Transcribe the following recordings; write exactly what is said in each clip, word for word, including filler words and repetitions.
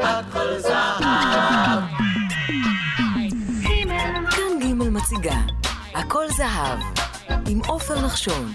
הכל זהב. כאן גימל מציגה הכל זהב עם עופר נחשון.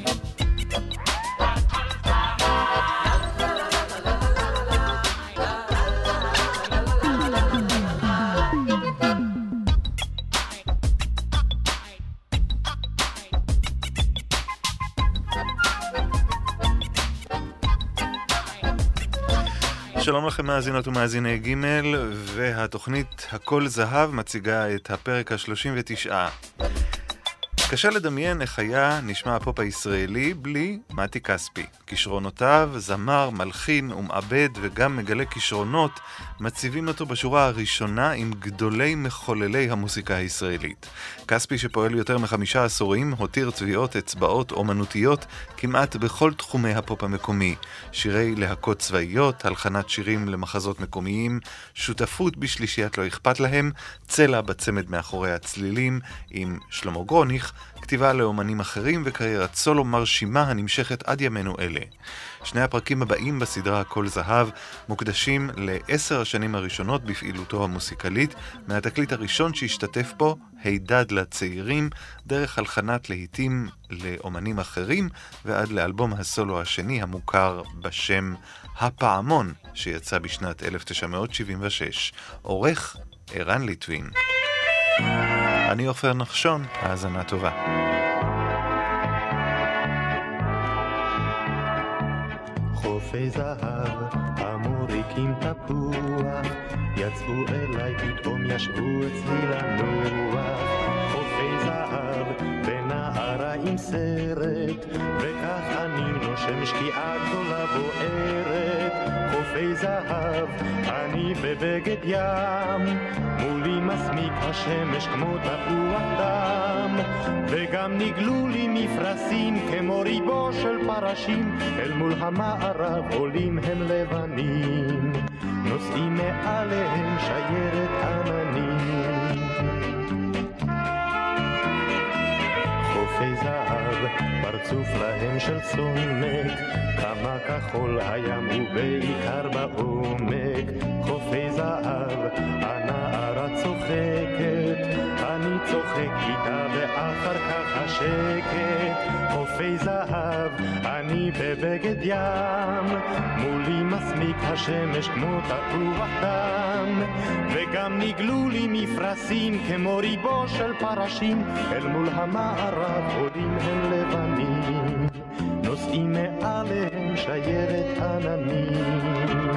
שלום לכם מאזינות ומאזיני ג' והתוכנית הכל זהב מציגה את הפרק ה-שלושים ותשע. קשה לדמיין איך היה נשמע הפופ הישראלי בלי מתי כספי. כישרונותיו, זמר, מלחין ומעבד וגם מגלה כישרונות מציבים אותו בשורה הראשונה עם גדולי מחוללי המוסיקה הישראלית. כספי שפועל יותר מחמישה עשורים הותיר צביעות אצבעות אומנותיות כמעט בכל תחומי הפופ המקומי. שירי להקות צבאיות, הלחנת שירים למחזות מקומיים, שותפות בשלישיית לא אכפת להם, צלע בצמד מאחורי הצלילים עם שלמה גרוניך, כתיבה לאומנים אחרים וקריירת סולו מרשימה הנמשכת עד ימינו אלה. שני הפרקים הבאים בסדרה הכל זהב מוקדשים לעשר השנים הראשונות בפעילותו המוסיקלית, מהתקליט הראשון שהשתתף פה, הידד לצעירים, דרך הלחנת להיטים לאומנים אחרים ועד לאלבום הסולו השני המוכר בשם הפעמון שיצא בשנת אלף תשע מאות שבעים ושש. עורך ערן ליטווין. אני עופר נחשון, האזנה טובה. חופי זהב, המוריקים תפוח, יצאו אליי פתאום ישבו אצלי לנוח. חופי זהב, בנערה עם סרט, וכך אני נושם שקיעה גדולה בוערת. חופי זהב, אני בבגד ים, מולי מסמיק השמש כמו תפוח דם, וגם נגלו לי מפרשים כמו ריבו של פרשים, אל מול המערב עולים הם לבנים, נושאים מעליהם שיירת עננים. חופי זהב, פרצוף להם של סומק, כמה כחול הים ובעיקר בעומק. חופי זהב, הנערה צוחקת, אני צוחק איתה ואחר כך השקט. חופי זהב, אני בבגד ים, מולי מסמיק השמש כמו תפוח דם, וגם נגלו לי מפרשים כמו ריבו של פרשים, אל מול המערב עולים הם לבנים, נושאים מעליהם שיירת עננים.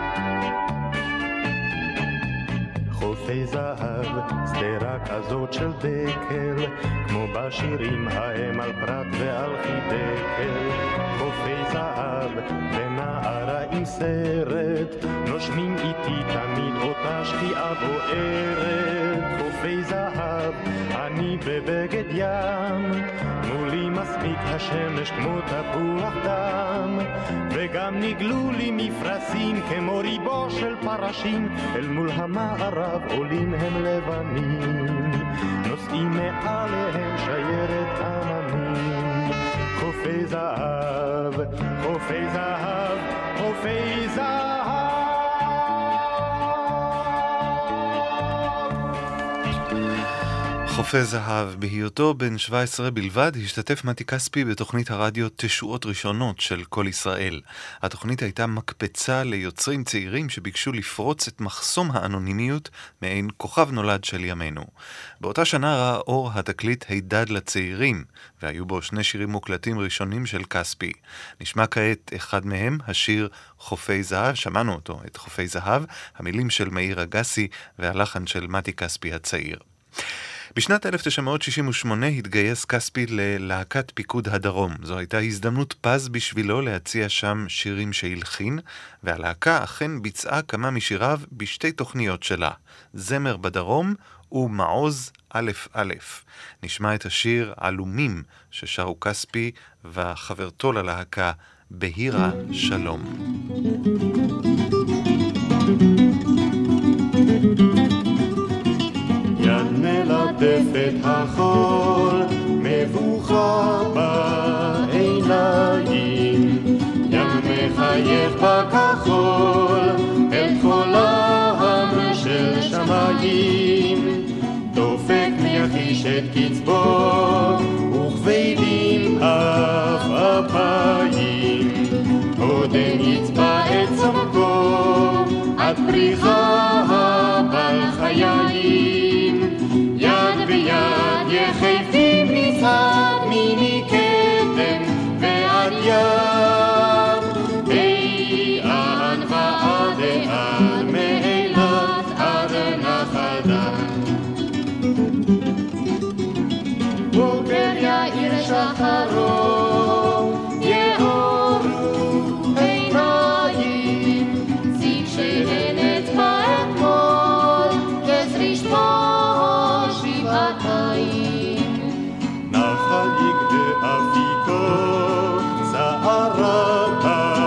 חופי זהב, סדרה כזאת של דקל, כמו בשירים ההם על פרט ועל חידקל. חופי זהב, בנערה עם סרט, נושמים איתי תמיד אותה שקיעה בוערת. חופי זהב, אני בבגד ים, מולי מספיק השמש כמו תפוח דם, וגם נגלו לי מפרשים כמו ריבו של פרשים, אל מול המערב עולים הם לבנים, נושאים מעליהם שיירת עננים. חופי זהב, חופי זהב, חופי זהב. חופי זהב, בהיותו בן שבע עשרה בלבד, השתתף מתי כספי בתוכנית הרדיו תשועות ראשונות של כל ישראל. התוכנית הייתה מקפצה ליוצרים צעירים שביקשו לפרוץ את מחסום האנונימיות מעין כוכב נולד של ימינו. באותה שנה ראה אור התקליט הידד לצעירים, והיו בו שני שירים מוקלטים ראשונים של כספי. נשמע כעת אחד מהם, השיר חופי זהב, שמענו אותו, את חופי זהב, המילים של מאיר אגסי והלחן של מתי כספי הצעיר. בשנת אלף תשע מאות שישים ושמונה התגייס כספי ללהקת פיקוד הדרום. זו הייתה הזדמנות פז בשבילו להציע שם שירים שהלחין, והלהקה אכן ביצעה כמה משיריו בשתי תוכניות שלה, זמר בדרום ומעוז א' א'. נשמע את השיר עלומים ששרו כספי וחברתו ללהקה בהירה שלום. יד מלטפת החול, מבוכה בעיניים, יד מחייך בכחול, אל כל חיים, דופק מיחיש את קצבו, וכבדים אף אפיים, עודן יצבע את צורכו, עד פריחה בעל חיים, יד ביד יחפים נצעד מיני קדם ועד ים, מאיין ועד איין, מאילת עד נחל דן. בוקר יאיר שחרו, יאורו עיניים, זיק שהנץ באתמול, יזריש פה שבעתיים. נחל יגבה אפיקו, זערת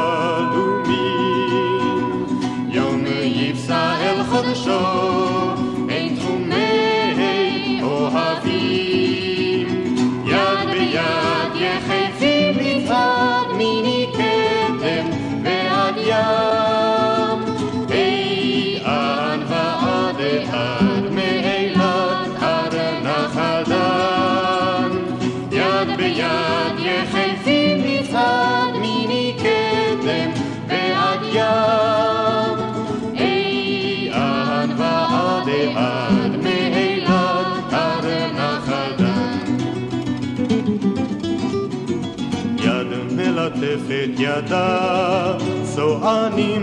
הלומים, יום יפסע אל חודשו, אין תחומי אוהבים, יד ביד יחפים נצעד מיני קדם ועד ים, מאיין ועד איין, מאילת עד נחל דן, יד ביד יחפים נצעד מיני קדם ועד ים, מאיין ועד איין, מאילת עד נחל דן. יד מלטפת ידה, צוענים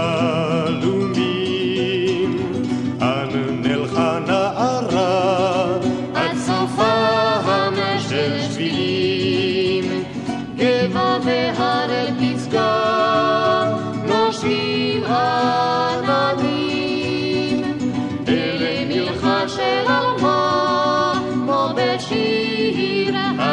עלומים, אן נלכה נערה, עד סופם של שבילים, גבע והר אל פסגה, נושבים עננים, אלה מלכה של אלמה, כמו בשיר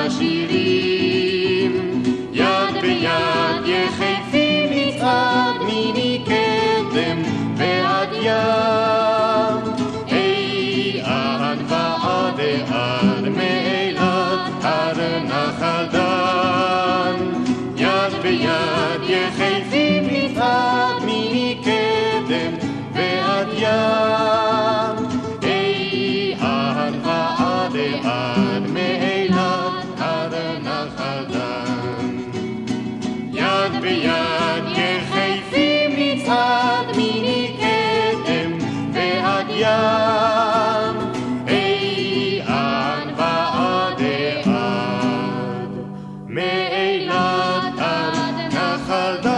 השירים, יד ביד יחפים נצעד מיני קדם ועד ים, מאיין ועד איין, מאילת עד נחל דן, יד ביד יחפים נצעד מיני קדם ועד ים, מאיין ועד איין, מאילת עד נחל דן, יד ביד יחפים נצעד מיני קדם ועד ים, מאיין ועד איין, מאילת עד נחל דן.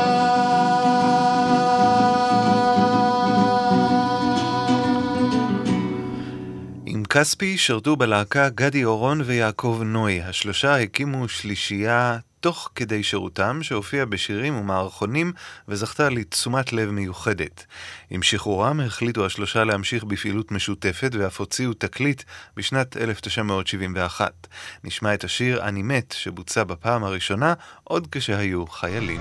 עם כספי שרתו בלהקה גדי אורון ויעקב נוי. השלושה הקימו שלישייה תוך כדי שירותם, שהופיע בשירים ומערכונים וזכתה לתשומת לב מיוחדת. עם שחרורם החליטו השלושה להמשיך בפעילות משותפת ואף הוציאו תקליט בשנת אלף תשע מאות שבעים ואחת. נשמע את השיר אני מת שבוצע בפעם הראשונה עוד כשהיו חיילים.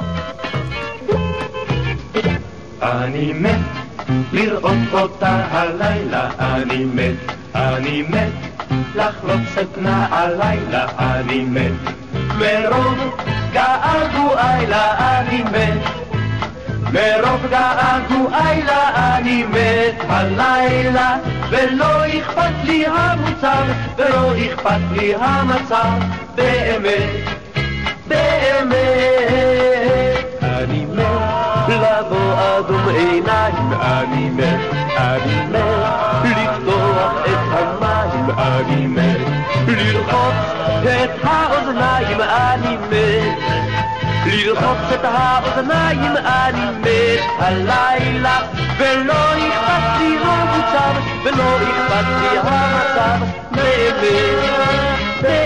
אני מת לראות אותה הלילה, אני מת, אני מת לחלוץ את נעלילה, אני מת מרוב געגועי לה, אני מת מרוב געגועי לה, אני מת הלילה, ולא אכפת לי המוצר ולא אכפת לי המצב, באמת באמת אני מת לבוא אדום עיניים, אני מת, אני מת לפתוח את המים, אני מת לרחוץ את האוזניים, אני מת לרחוץ את האוזניים, אני מת הלילה, ולא אכפת לי המוצר ולא אכפת לי המצב, באמת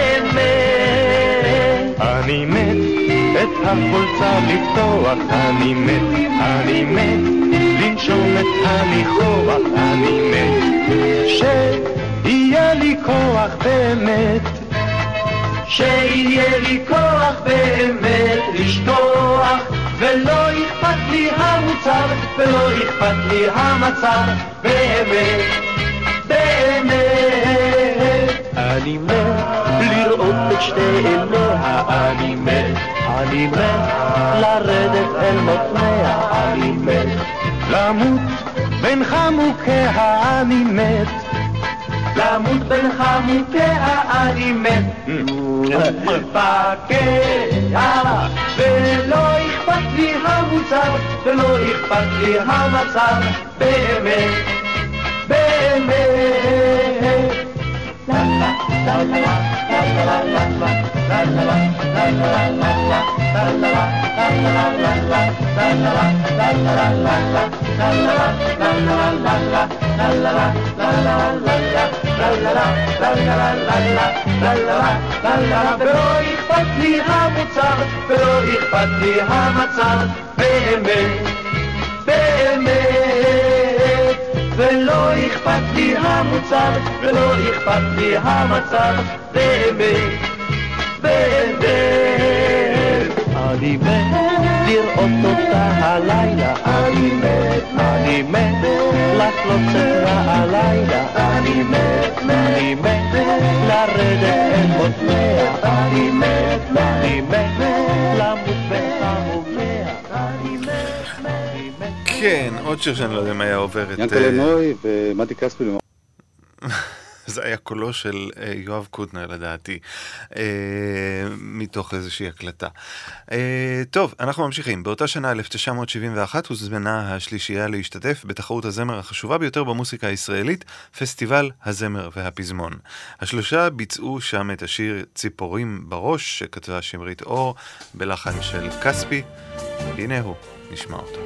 באמת אני מת את החולצה לפתוח, אני מת, אני מת לנשום את הניחוח, אני מת שיהיה לי כוח באמת, שיהיה לי כוח באמת לשטוח, ולא אכפת לי המוצר ולא אכפת לי המצב, באמת באמת אני מת לראות את שתי עיניה, אני מת, אני מת לרדת אל מותניה, אני מת למות בין חמוקיה אני מת, למות בין חמוקיה אני מת. פקע ולא אכפת לי המוצר, ולא אכפת לי המצב, באמת, באמת. לה לה לה לה לה לה לה לה ולא אכפת לי המוצר, ולא אכפת לי המצב, באמת, באמת. ולא אכפת לי המוצר, ולא אכפת לי המצב, באמת, באמת. אני מת לראות אותה הלילה, אני מת, אני מת לחלוץ את הלילה, אני מת, אני מת לרדת אל מותניה, אני מת, אני מת למות בחמומיה, אני מת, אני מת. כן, עוד שיר שאני לא יודע אם היה עובר את... ינקלה נוי ומתי כספי. זה היה קולו של אה, יואב קוטנר לדעתי, אה, מתוך איזושהי הקלטה. אה, טוב, אנחנו ממשיכים. באותה שנה אלף תשע מאות שבעים ואחת הוזמנה השלישייה להשתתף בתחרות הזמר החשובה ביותר במוסיקה הישראלית, פסטיבל הזמר והפזמון. השלושה ביצעו שם את השיר ציפורים בראש, שכתבה שמרית אור, בלחן של כספי. הנה הוא, נשמע אותו.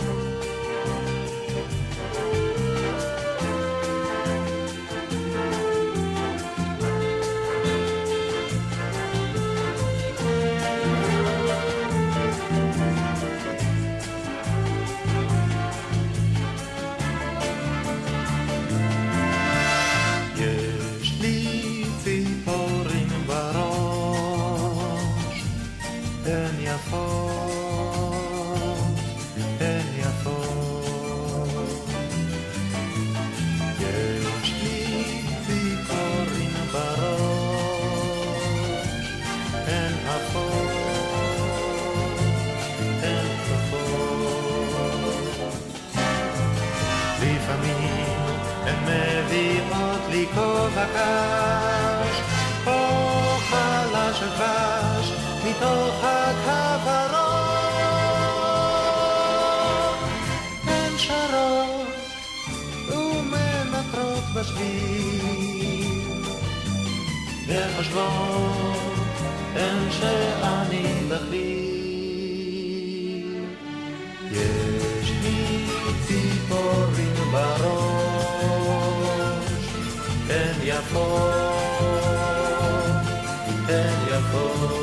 מתוך הכוורות הן שרות ומנקרות בשביל וחושבות הן שאני בכליל. יש לי ציפורים בראש, הן יפות, הן יפות.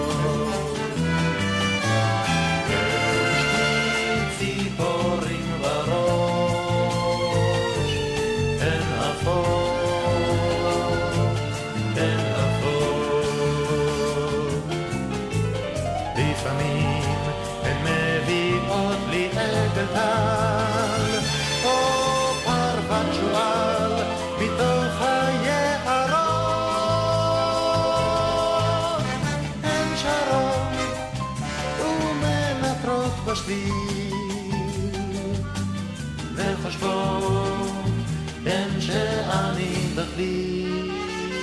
וחושבות הן שאני בכליל.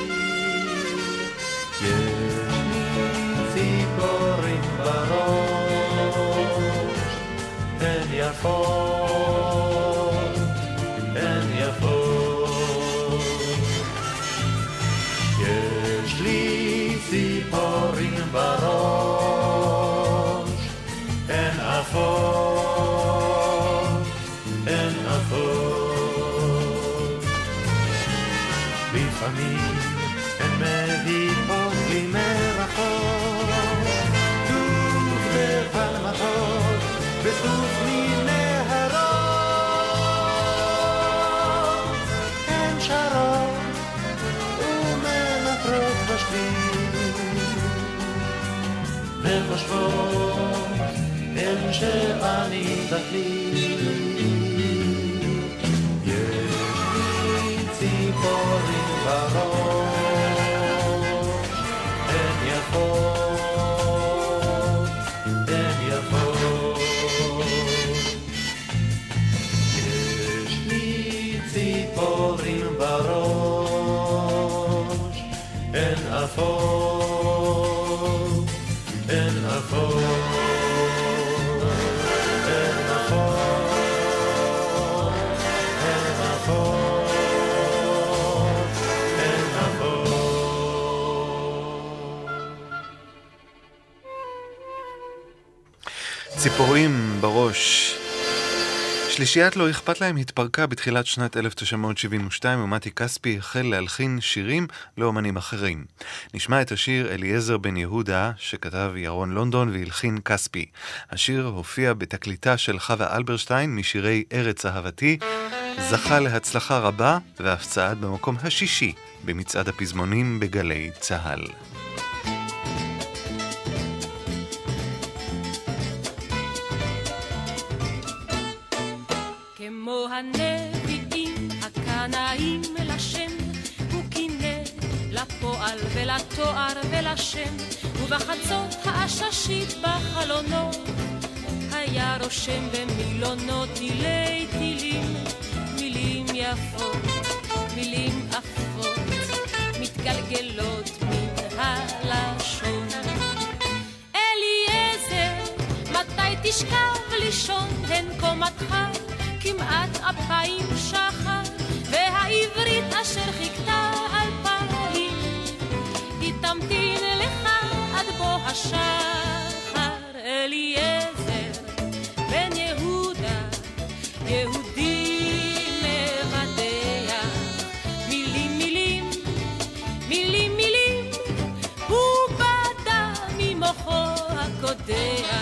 יש לי ציפורים בראש, הן יפות, הן יפות. יש לי ציפורים בראש, הן עפות, לפעמים הן מביאות לי מרחוק, טוב ופלמחות בסוף מנהרות, הן שרות ומנקרות בשביל וחושבות הן שאני בכליל. ציפורים בראש, הן יפות, הן יפות. יש אפור, אין אפור, אין אפור, אין אפור, אין אפור. ציפורים בראש. שלישיית לא אכפת להם התפרקה בתחילת שנת אלף תשע מאות שבעים ושתיים ומתי כספי החל להלחין שירים לאומנים אחרים. נשמע את השיר אליעזר בן יהודה שכתב ירון לונדון והלחין כספי. השיר הופיע בתקליטה של חווה אלברשטיין משירי ארץ אהבתי, זכה להצלחה רבה ואף צעד במקום השישי במצעד הפזמונים בגלי צהל. כמו הנביאים הקנאים לשם, הוא קינא לפועל ולתואר ולשם, ובחצות העששית בחלונו היה רושם במילונות תילי תילים, מילים יפות, מילים אפות, מתגלגלות מן הלשון. אליעזר, מתי תשכב לישון, הן קומתך כמעט אפיים שחר, והעברית אשר חיכתה אלפיים היא תמתין לך עד בוא השחר. אליעזר בן יהודה, יהודי מבדע, מילים מילים, מילים מילים, הוא בדע ממוחו הקודע.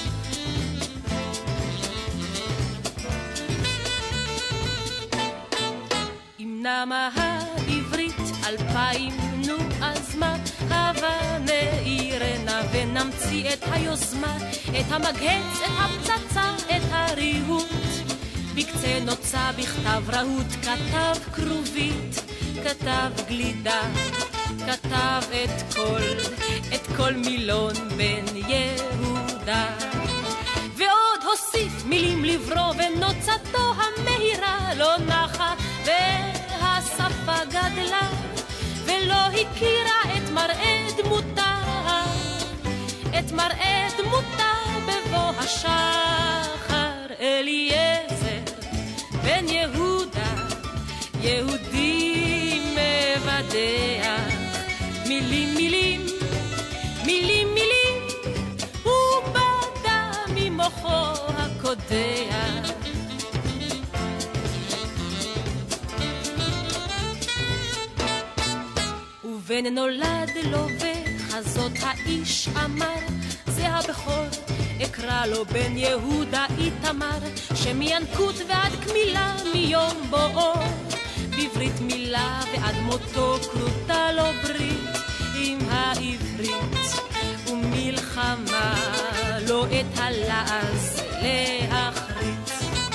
נמה העברית אלפיים, נו אז מה, הבה נעירנה ונמציא את היוזמה, את המגהץ, את הפצצה, את הריהוט. בקצה נוצה בכתב רהוט, כתב כרובית, כתב גלידה, כתב את כל, את כל מילון בן יהודה. ועוד הוסיף מילים לברוא, ונוצתו המהירה לא נחה, והשפה גדלה ולא הכירה את מראה דמותה, את מראה דמותה בבוא השחר. אליעזר בן יהודה, יהודי מבדע, מילים מילים, מילים מילים, הוא בדע ממוחו הקודע. ובן נולד לו וחזות האיש אמר, זה הבכור, אקרא לו בן יהודה איתמר, שמינקות ועד כמילה מיום בואו, בברית מילה ועד מותו כרותה לו ברית עם העברית, ומלחמה לא את הלעז להחריץ.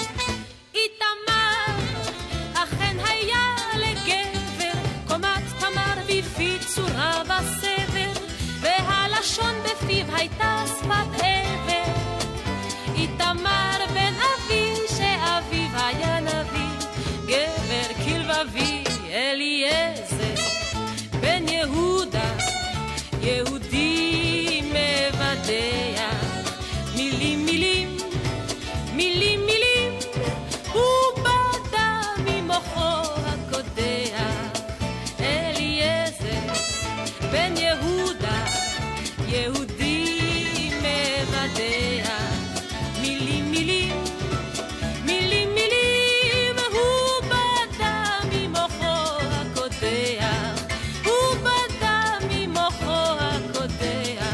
איתמר אכן היה לגבר, קומת תמר בפי צורה בסבר, והלשון בפיו הייתה שפת עבר. איתמר בן אבי שאביו היה נביא, גבר כלבבי. אליעזר בן יהודה, יהודי מבדע, מילים מילים, מילים מילים, הוא בדע ממוחו הקודע. אליעזר בן יהודה, יהודי מבדע, מילים מילים, מילים מילים, הוא בדע ממוחו הקודע, הוא בדע ממוחו הקודע.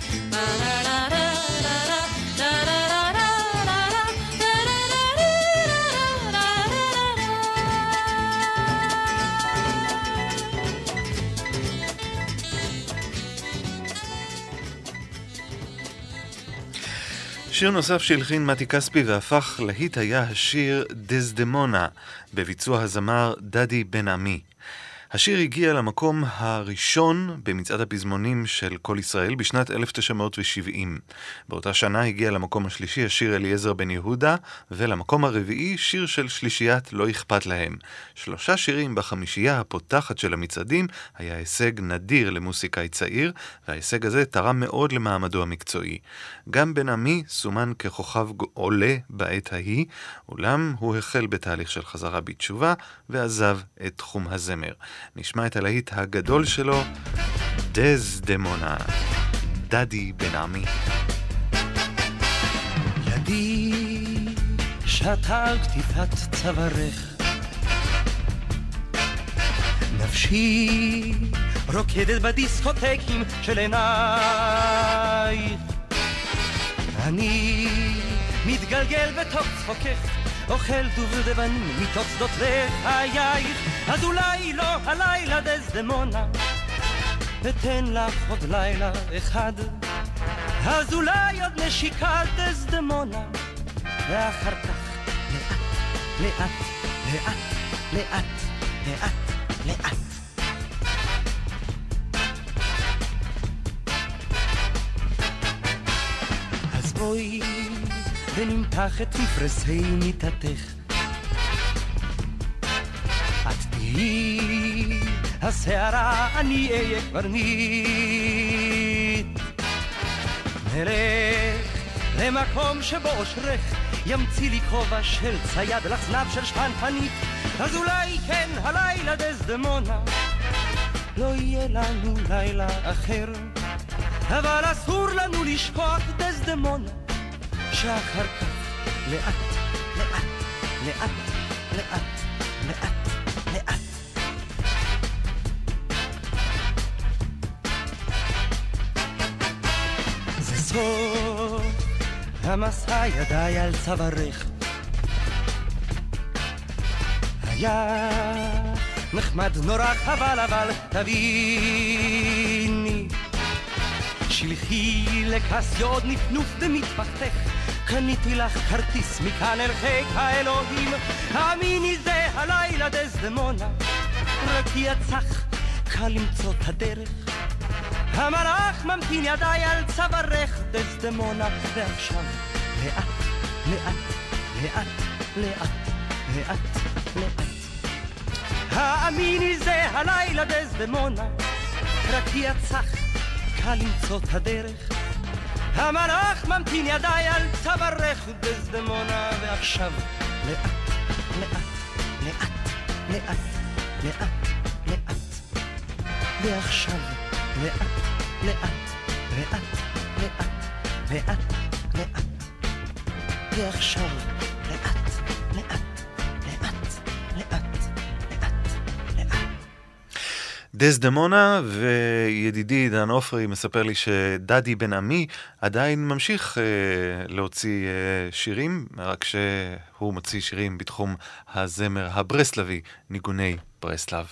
שיר נוסף שהלחין מתי כספי והפך להיט היה השיר דזדמונה, בביצוע הזמר דדי בן עמי. השיר הגיע למקום הראשון במצעד הפזמונים של כל ישראל בשנת אלף תשע מאות שבעים. באותה שנה הגיע למקום השלישי השיר אליעזר בן יהודה, ולמקום הרביעי שיר של שלישיית לא אכפת להם. שלושה שירים בחמישייה הפותחת של המצעדים היה הישג נדיר למוסיקאי צעיר, וההישג הזה תרם מאוד למעמדו המקצועי. גם בן עמי סומן ככוכב עולה בעת ההיא, אולם הוא החל בתהליך של חזרה בתשובה ועזב את תחום הזמר. נשמע את הלהיט הגדול שלו, דזדמונה, דדי בן עמי. ידי שתה על כתיפת צווארך, נפשי רוקדת בדיסקוטקים של עינייך, אני מתגלגל בתוך צחוקך, אוכל דובדבנים מתוך שדות לחייך. אז אולי לא הלילה דזדמונה, אתן לך עוד לילה אחד, אז אולי עוד נשיקה דזדמונה, ואחר כך לאט, לאט, לאט, לאט, לאט, לאט. אז בואי ונמתח את מפרסי מיטתך, את תהי השערה, אני אהיה קברניט, נלך למקום שבו אושרך ימציא לי כובע של צייד לחזנב של שפנפנית. אז אולי כן הלילה דזדמונה לא יהיה לנו לילה אחר, אבל אסור לנו לשכוח דזדמונה, שאחר כך לאט, לאט, לאט, לאט, לאט, לאט. זה סוף המסע ידיי על צווארך, היה נחמד נורא חבל, אבל תביני, שלחי לכסי עוד נפנוף במטפחתך, קניתי לך כרטיס מכאן אל חיק האלוהים. האמיני זה הלילה דזדמונה, רק יצח קל למצוא את הדרך, המלאך ממתין ידיי על צווארך דזדמונה. ועכשיו לאט, לאט, לאט, לאט, לאט, לאט. האמיני זה הלילה דזדמונה, רק יצח קל למצוא את הדרך, המלאך ממתין ידיי על צווארך דזדמונה. ועכשיו לאט, לאט, לאט, לאט, לאט, לאט. ועכשיו לאט, לאט, לאט, לאט, לאט, לאט. ועכשיו לאט, לאט, לאט, לאט, לאט, לאט. דזדמונה, וידידי דן אופרי מספר לי שדדי בן עמי עדיין ממשיך אה, להוציא אה, שירים, רק שהוא מוציא שירים בתחום הזמר הברסלבי, ניגוני ברסלב.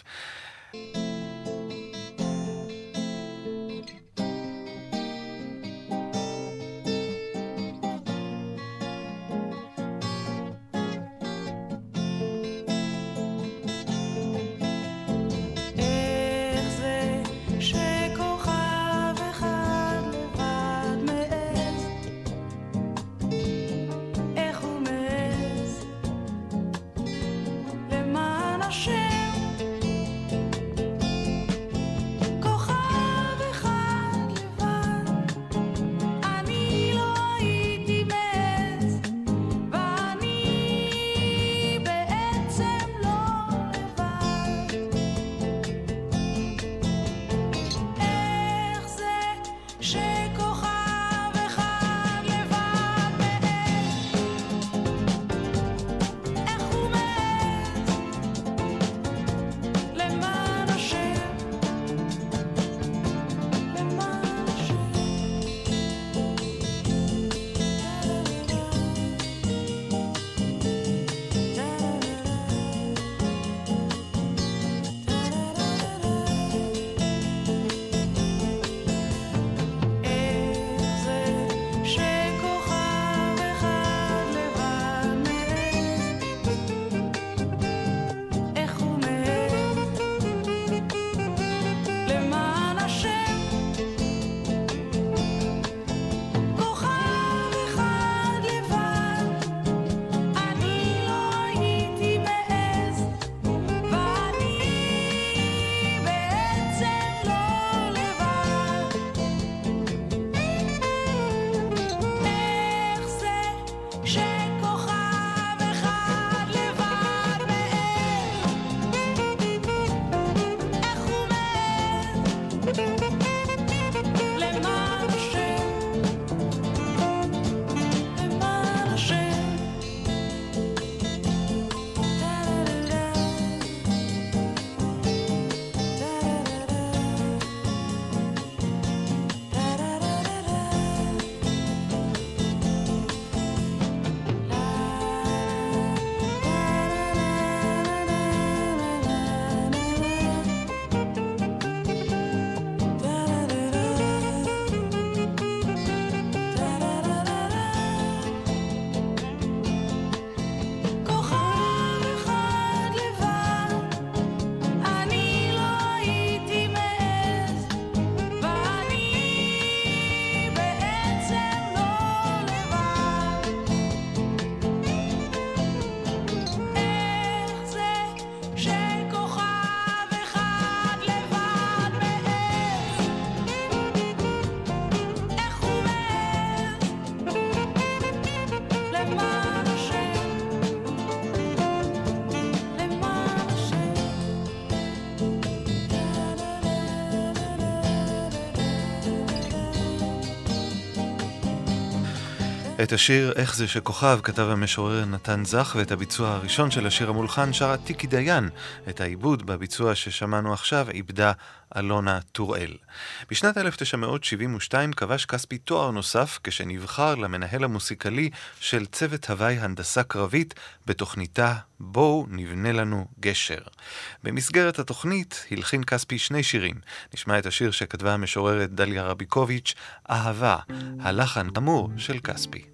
את השיר "איך זה שכוכב" כתב המשורר נתן זך, ואת הביצוע הראשון של השיר המולחן שרה טיקי דיין. את העיבוד בביצוע ששמענו עכשיו עיבדה אלונה טוראל. בשנת אלף תשע מאות שבעים ושתיים כבש כספי תואר נוסף כשנבחר למנהל המוסיקלי של צוות הוואי הנדסה קרבית בתוכניתה בואו נבנה לנו גשר. במסגרת התוכנית הלחין כספי שני שירים. נשמע את השיר שכתבה המשוררת דליה רביקוביץ', אהבה, הלחן אמור של כספי.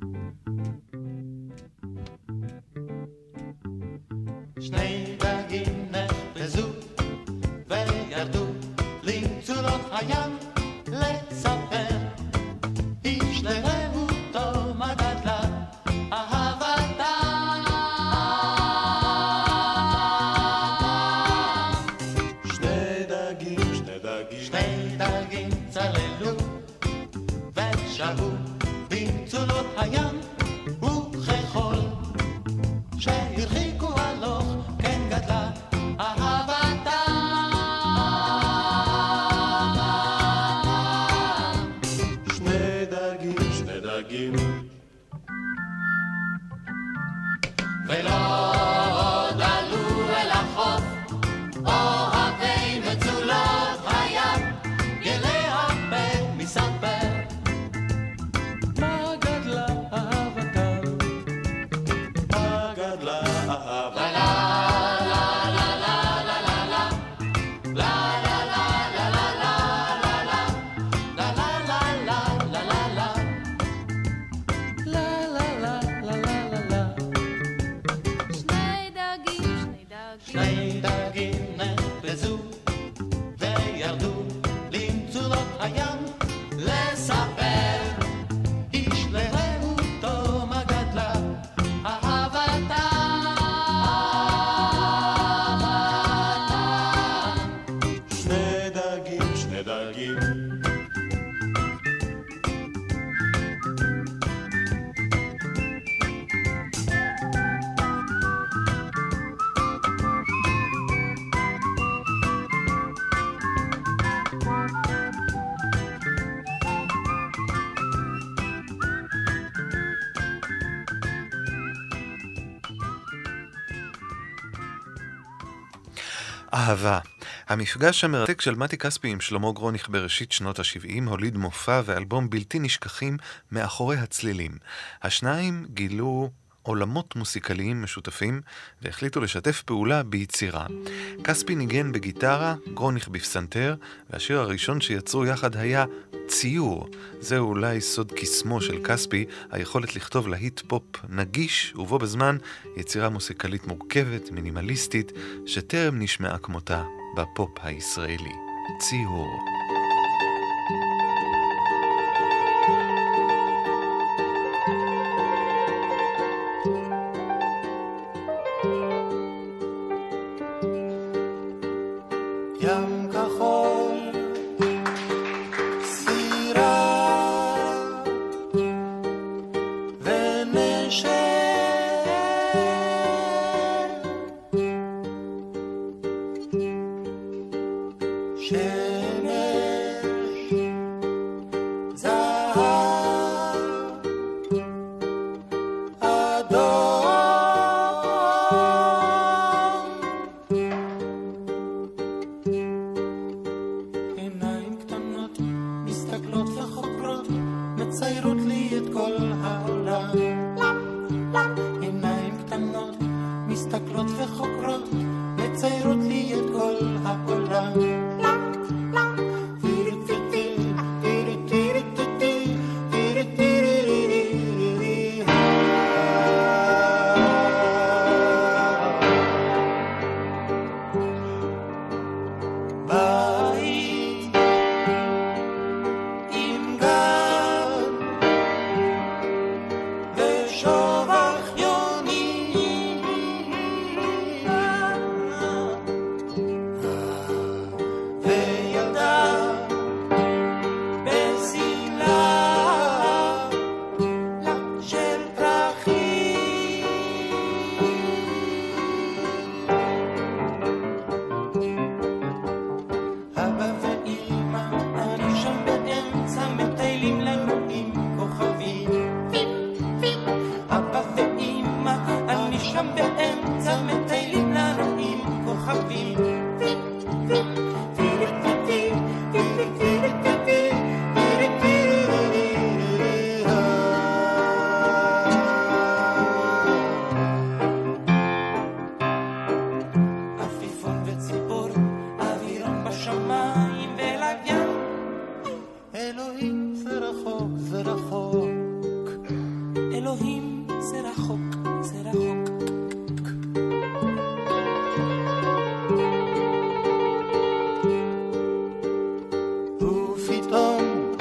שני דגים נחפזו וירדו למצולות הים לספר איש לרעותו מה גדלה אהבתם. שני דגים, שני דגים, שני דגים צללו ושרו במצולות הים וכחול שהרחיקו הלוך כן גדלה אהבתם. שני דגים, שני דגים ולא עוד עלו אל החוף אוהבי מצולות הים גלי הפה מספר מה גדלה אהבתם. מה גדלה אהבתם. שני דגים נחפזו וירדו למצולות הים לספר איש לרעותו מה גדלה אהבתם. שני דגים, שני דגים אהבה. המפגש המרתק של מתי כספי עם שלמה גרוניך בראשית שנות ה-שבעים הוליד מופע ואלבום בלתי נשכחים מאחורי הצלילים. השניים גילו עולמות מוסיקליים משותפים והחליטו לשתף פעולה ביצירה. כספי ניגן בגיטרה, גרוניך בפסנתר, והשיר הראשון שיצרו יחד היה ציור. זהו אולי סוד קסמו של כספי, היכולת לכתוב להיט פופ נגיש ובו בזמן יצירה מוסיקלית מורכבת, מינימליסטית, שטרם נשמעה כמותה בפופ הישראלי. ציור. ים כחול סירה ונשר שמש זהב אדום עיניים קטנות מסתכלות וחוקרות מציירות לי את כל העולם. עיניים קטנות מסתכלות וחוקרות מציירות לי את כל העולם. בית עם גן ושובך יוני כוכבים. עפיפון וציפור, אווירון בשמיים ולוויין. אלוהים זה רחוק, זה רחוק. אלוהים זה רחוק, זה רחוק. ופתאום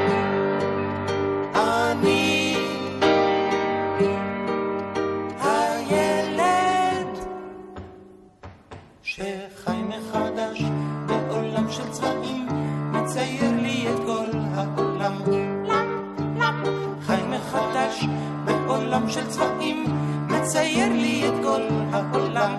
אני הילד שחי מחדש בעולם של צבעים, מצייר לי את כל העולם. חי מחדש בעולם של צבעים, מצייר לי את כל העולם.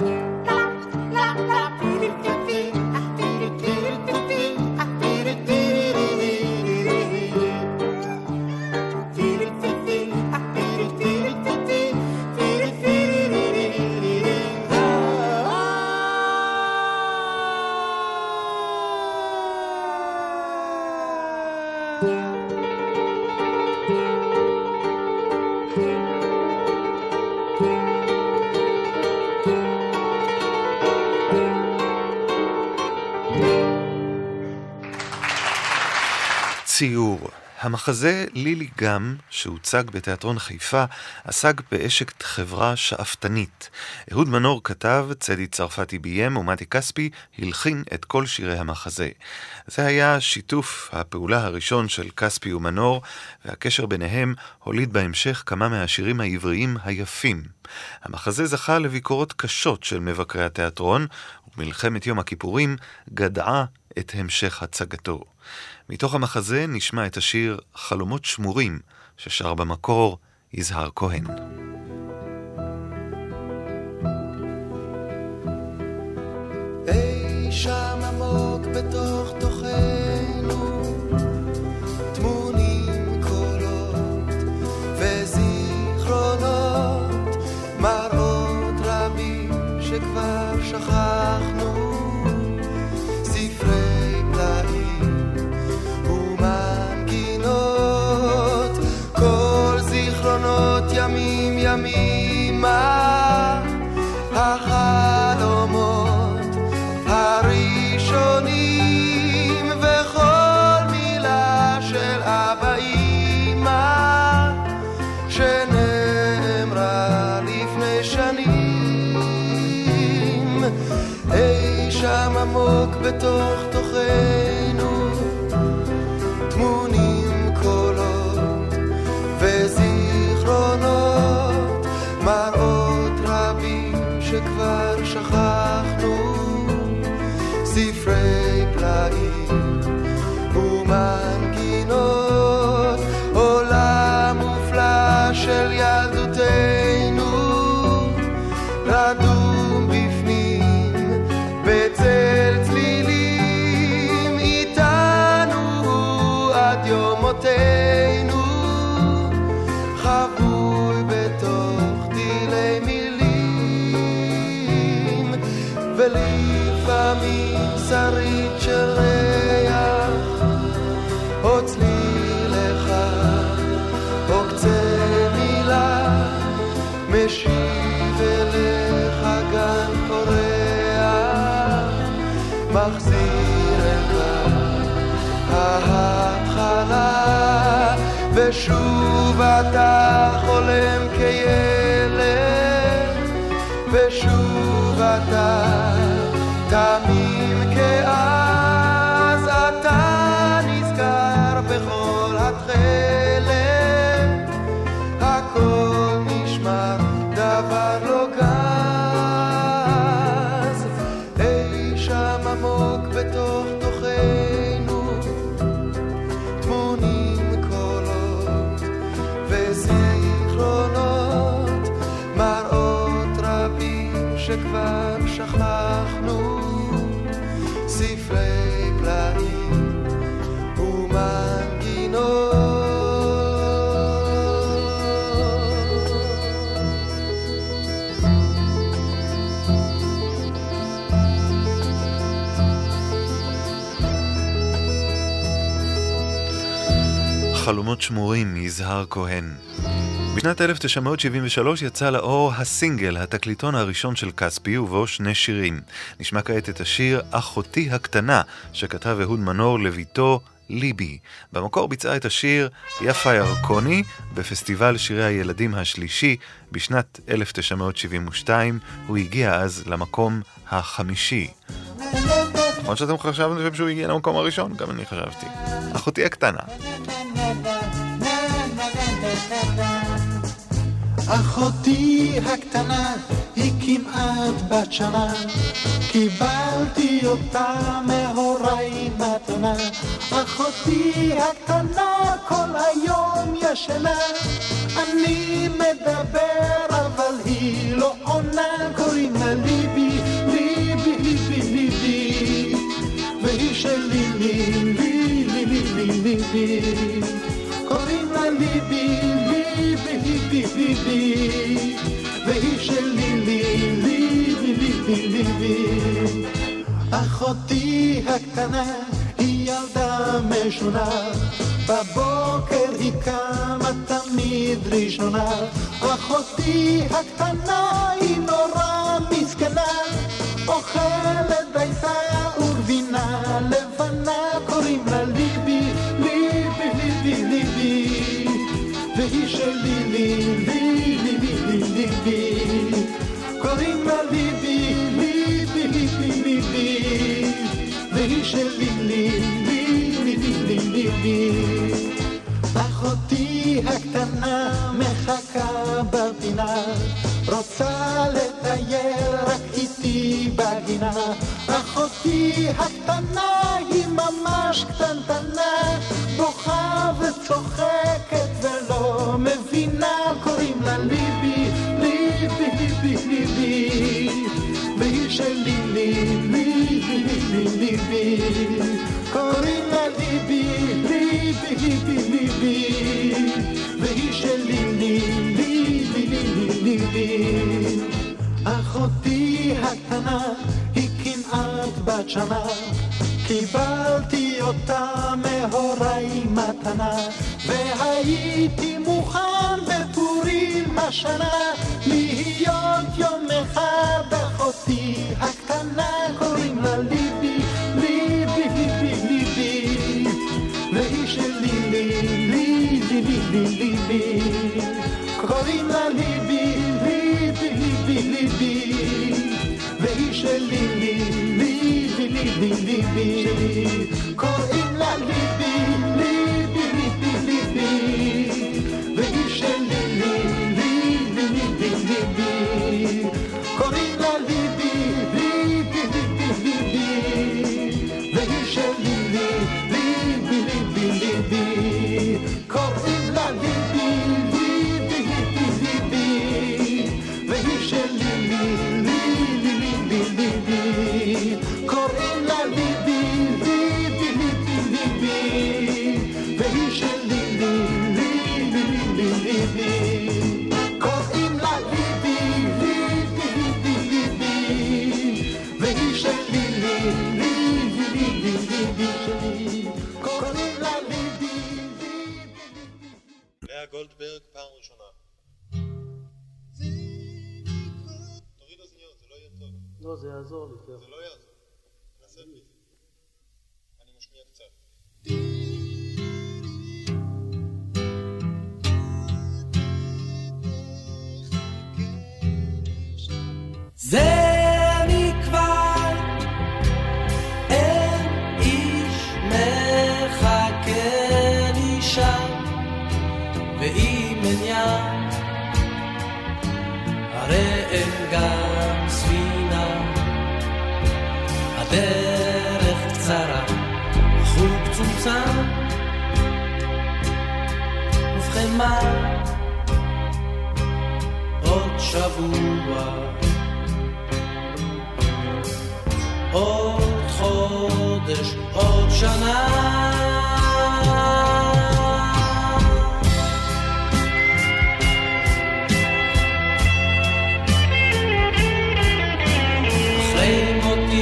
ציור. המחזה לילי גם, שהוצג בתיאטרון חיפה, עסק באשת חברה שאפתנית. אהוד מנור כתב, צדי צרפתי ביים ומתי כספי הלחין את כל שירי המחזה. זה היה שיתוף הפעולה הראשון של כספי ומנור, והקשר ביניהם הוליד בהמשך כמה מהשירים העבריים היפים. המחזה זכה לביקורות קשות של מבקרי התיאטרון, ומלחמת יום הכיפורים גדעה את המשך הצגתו. מתוך המחזה נשמע את השיר חלומות שמורים, ששר במקור יזהר כהן. אי שם עמוק בתוך תוכנו תמונים קולות וזיכרונות, מראות רבים שכבר שכחנו, ספרי פלאים ומנגינות, כל זיכרונות ימים ימימה, החלומות הראשונים וכל מילה של אבא אמא שנאמרה לפני שנים. אי שם עמוק בתוך תוכנו תמונים קולות וזיכרונות, מראות רבים שכבר שכחנו, ספרי פלאים ומנגינות, עולם מופלא של ילדותנו רדום בפנים בצל צלילים, איתנו עד יום מותנו, חבוי בתוך דילי מילים, ולפעמים שרית של ריח או צליל אחד או קצה מילה משיב אליך גן פורח, מחזיר אליך ההתחלה, ושוב אתה חולם כילד, ושוב אתה תמים כאז, אתה נזכר בכל התחלת, הכל נשמר דבר לא גז. אי שם עמוק בתוך תוכנו תמונים קולות וזיכרונות, מראות רבים שכבר שכחנו, ספרי פלאים ומנגינות. חלומות שמורים מיזהר כהן. בשנת אלף תשע מאות שבעים ושלוש יצא לאור הסינגל, התקליטון הראשון של כספי, ובו שני שירים. נשמע כעת את השיר אחותי הקטנה, שכתב אהוד מנור לביתו ליבי. במקור ביצעה את השיר יפה ירקוני בפסטיבל שירי הילדים השלישי בשנת אלף תשע מאות שבעים ושתיים. הוא הגיע אז למקום החמישי. נכון שאתם חשבתם שהוא הגיע למקום הראשון? גם אני חשבתי. אחותי הקטנה. אחותי הקטנה היא כמעט בת שנה, קיבלתי אותה מהוריי מתנה. אחותי הקטנה כל היום ישנה, אני מדבר אבל היא לא עונה. קוראים לה ליבי, ליבי, ליבי, ליבי, והיא שלי, ליבי, ליבי, ליבי, קוראים לה ליבי, ליבי, ליבי, ליבי, והיא שלי, ליבי, ליבי, ליבי. אחותי הקטנה היא ילדה משונה, בבוקר היא קמה תמיד ראשונה. אחותי הקטנה היא נורא מסכנה, אוכלת דייסה וגבינה לבנה. קוראים לה ליבי, ליבי, ליבי, ליבי, והיא שלי, ליבי, ליבי, ליבי, קוראים לה ליבי, ליבי, ליבי, ליבי, והיא שלי, ליבי, ליבי, ליבי. אחותי הקטנה מחכה בפינה, רוצה לטייל רק איתי בגינה. אחותי הקטנה היא ממש קטנטנה, בוכה וצוחקת ולא מבינה. קוראים לה ליבי, ליבי, ליבי, ליבי, והיא שלי, ליבי, ליבי, ליבי, קוראים לה ליבי, ליבי, ליבי, ליבי, והיא שלי, ליבי, ליבי, ליבי. אחותי הקטנה היא כמעט בת שנה, קיבלתי אותה מהוריי מתנה, והייתי מוכן בפורים השנה להיות יום אחד אחותי הקטנה. קוראים לה ליבי, ליבי, ליבי, ליבי, והיא שלי, ליבי, ליבי, ליבי, קוראים לה ליבי, ליבי, ליבי, ליבי, והיא שלי, ליבי, ליבי, ליבי, קוראים לה ליבי, ליבי, ליבי, ליבי, והיא שלי, ליבי, ליבי, ליבי, קוראים לה ליבי, ליבי, ליבי, ליבי, והיא שלי, ליבי, ליבי, ליבי, קוראים לה ליבי, ליבי, ליבי, ליבי, והיא שלי, ליבי, ליבי, ליבי, קוראים לה ליבי, ליבי, ליבי, ליבי, והיא שלי, ליבי, ליבי, ליבי, קוראים לה ליבי, ליבי, ליבי, ליבי, והיא שלי, ליבי, ליבי, ליבי, קוראים לה ליבי, ליבי. לאה גולדברג פעם ראשונה. תוריד אוזניות, זה לא יהיה טוב. לא, זה יעזור לי, כן. זה לא יעזור. נעשה בלי זה. אני משמיע קצת. זה מכבר אין איש מחכה לי שם, ואם אין ים הרי אין גם ספינה. הדרך קצרה, החוג צומצם, ובכן מה? עוד שבוע, עוד חודש, עוד שנה, אחרי מותי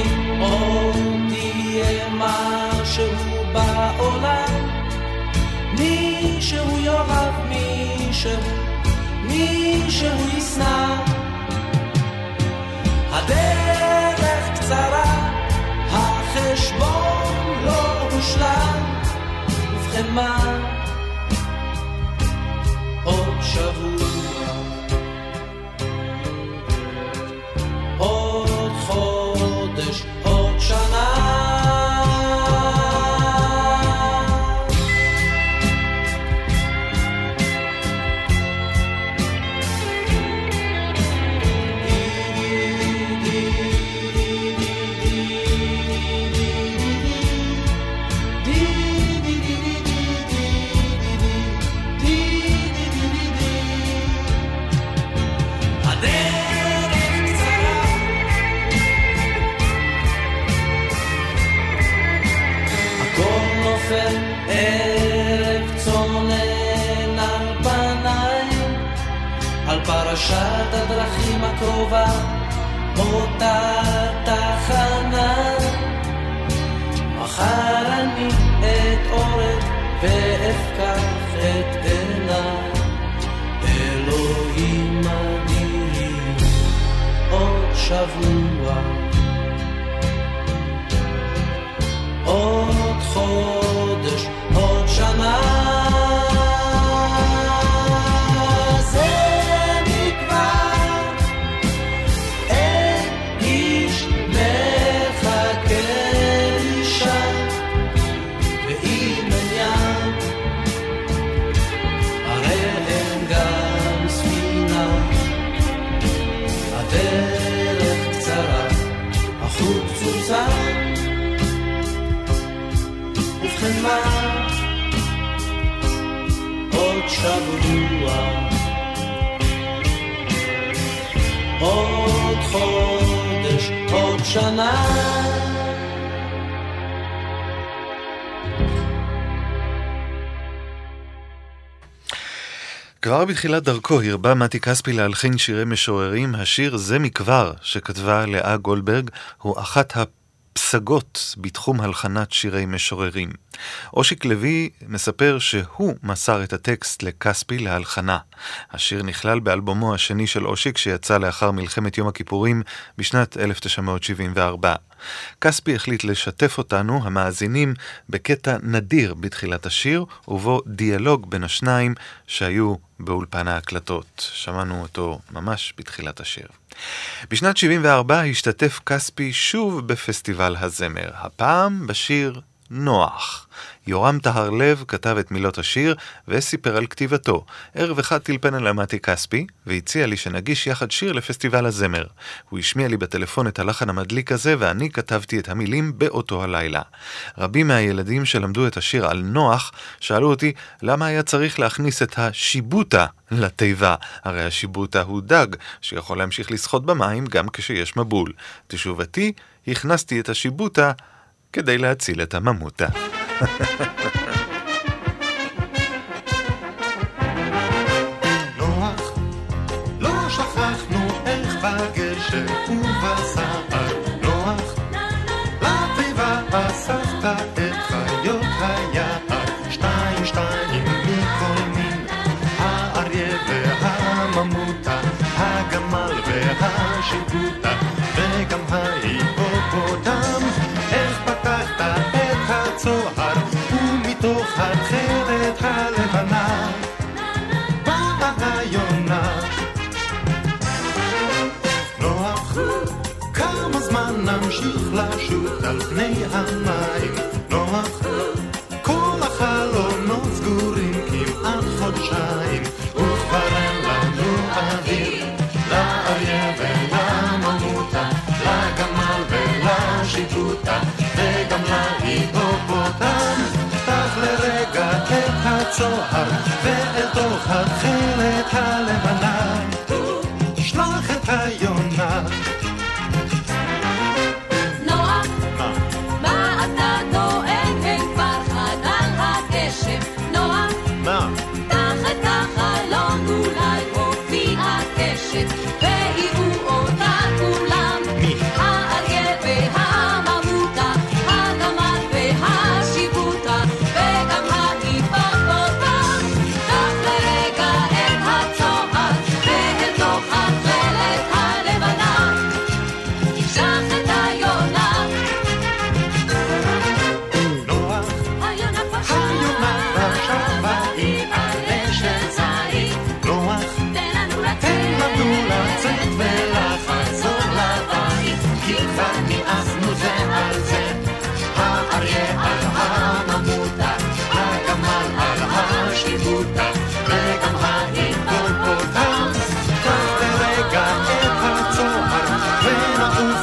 עוד תהיה משהו בעולם, מי שהוא ישנא. הדרך קצרה, החשבון לא הושלם. ובכן מה? עוד שבוע, עוד חודש, עוד שנה. פרשת הדרכים הקרובה, אותה תחנה. מחר אני אתעורר ואפקח את עיניי, אלוהים אדירים, עוד שבוע, עוד חודש, עוד שנה. ובכן מה? עוד שבוע, עוד חודש, עוד שנה. כבר בתחילת דרכו הרבה מתי כספי להלחין שירי משוררים. השיר זה מכבר שכתבה לאה גולדברג הוא אחת הפסגות בתחום הלחנת שירי משוררים. אושיק לוי מספר שהוא מסר את הטקסט לכספי להלחנה. השיר נכלל באלבומו השני של אושיק שיצא לאחר מלחמת יום הכיפורים בשנת אלף תשע מאות שבעים וארבע. כספי החליט לשתף אותנו, המאזינים, בקטע נדיר בתחילת השיר, ובו דיאלוג בין השניים שהיו באולפן ההקלטות. שמענו אותו ממש בתחילת השיר. בשנת שבעים וארבע השתתף כספי שוב בפסטיבל הזמר, הפעם בשיר נוח. יורם טהר לב כתב את מילות השיר וסיפר על כתיבתו. ערב אחד טלפן אל מתי כספי והציע לי שנגיש יחד שיר לפסטיבל הזמר. הוא השמיע לי בטלפון את הלחן המדליק הזה ואני כתבתי את המילים באותו הלילה. רבים מהילדים שלמדו את השיר על נוח שאלו אותי למה היה צריך להכניס את השיבוטה לתיבה. הרי השיבוטה הוא דג שיכול להמשיך לשחות במים גם כשיש מבול. תשובתי, הכנסתי את השיבוטה כדי להציל את הממותה. נוח, לא שכחנו איך בגשם ובסער. נוח, לתיבה אספת את חיות היער. שתיים שתיים מכל מין, האריה והממותה, הגמל והשיבוטה, וגם ההיפופוטם. איך פתחת את הצוהר ומתוך התכלת הלבנה באה יונה. נוח, כמה זמן נמשיך לשוט על פני המים. נוח, כל החלונות סגורים כמעט חודשיים, וכבר אין לנו אוויר לאריה ולממותה, לגמל ולשיבוטה, וגם להיפופוטם. פתח לרגע את הצוהר ואל תוך התכלת הלבנה שלח את היונה. נוח, מה אתה דואג? אין כבר חדל הגשם. נוח, מה? פתח את החלון, אולי הופיע קשת והיו אותה כולם. האריה והממותה, הגמל והשיבוטה, וגם ההיפופוטם.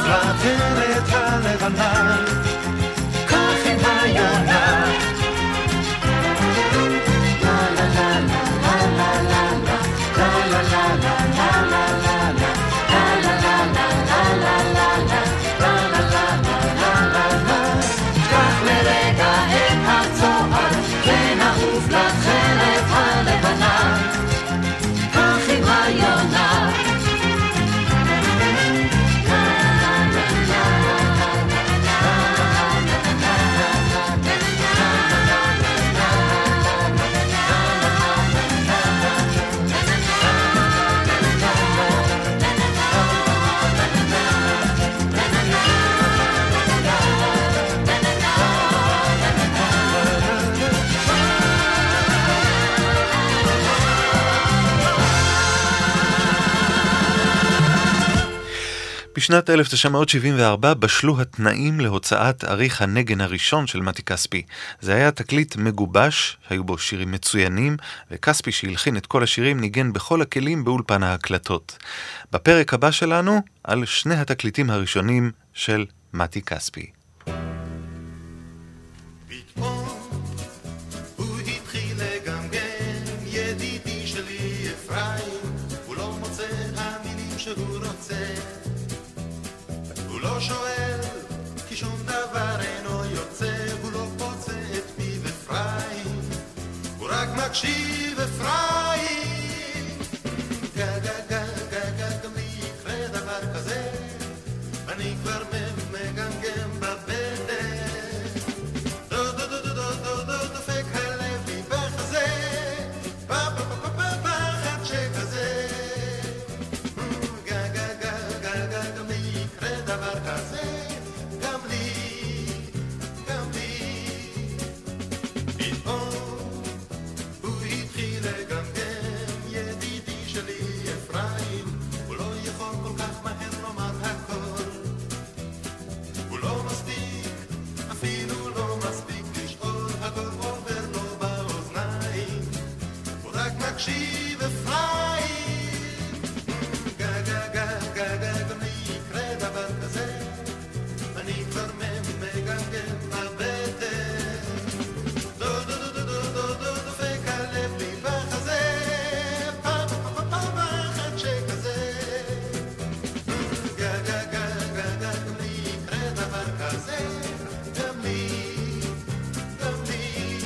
לעטרת הלבנה, כך עם היונה. לה לה לה לה לה לה לה לה לה לה לה בשנת אלף תשע מאות שבעים וארבע בשלו התנאים להוצאת עריך הנגן הראשון של מתי כספי. זה היה תקליט מגובש, היו בו שירים מצוינים, וכספי שהלחין את כל השירים ניגן בכל הכלים באולפן ההקלטות. בפרק הבא שלנו, על שני התקליטים הראשונים של מתי כספי. לא שואל, כי שום דבר אינו יוצא, הוא לא פוצע את פי ופריים, הוא רק מקשיב אפרים. גה גה גה גה גה, גם לי יקרה דבר כזה, אני כבר מגמגם בבטן, דו דו דו דו דו דו דו דופק הלב לי בחזה, פה פה פה פה פחד שכזה. גה גה גה גה גה, גם לי יקרה דבר כזה, גם לי, גם לי. פתאום הוא התחיל לגמגם, ידידי שלי אפרים, הוא לא יכול כל כך מהר לומר הכל, הוא לא מספיק, אפילו לא מספיק לשאול, הכל עובר לו באוזניים, הוא רק מקשיב אפרים. גה גה גה גה גה, גם לי יקרה דבר כזה, אני כבר מגמגם בבטן, דו דו דו דו דו דו דופק הלב לי בחזה, פה פה פה פה פחד שכזה. גה גה גה גה גה, גם לי יקרה דבר כזה, גם לי, גם לי.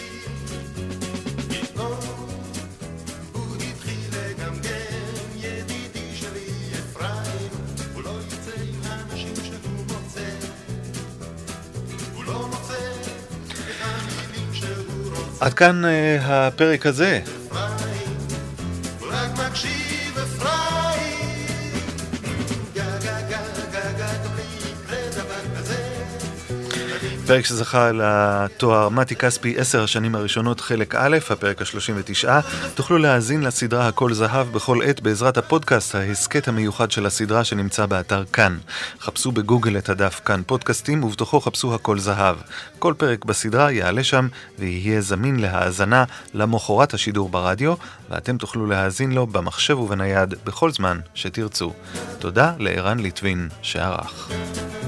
פתאום הוא התחיל לגמגם, ידידי שלי אפרים, הוא לא יוצא עם האנשים שהוא מוצא, הוא לא מוצא את המילים שהוא רוצה. עד כאן אה, הפרק הזה. אפרים, הוא רק מקשיב אפרים. גה גה גה גה גה, גם לי יקרה דבר כזה, פרק שזכה לתואר מתי כספי עשר השנים הראשונות חלק א', הפרק ה-שלושים ותשע. תוכלו להאזין לסדרה הכל זהב בכל עת בעזרת הפודקאסט, ההסקט המיוחד של הסדרה שנמצא באתר כאן. חפשו בגוגל את הדף כאן פודקאסטים ובתוכו חפשו הכל זהב. כל פרק בסדרה יעלה שם ויהיה זמין להאזנה למחרת השידור ברדיו, ואתם תוכלו להאזין לו במחשב ובנייד בכל זמן שתרצו. תודה לערן ליטווין שערך.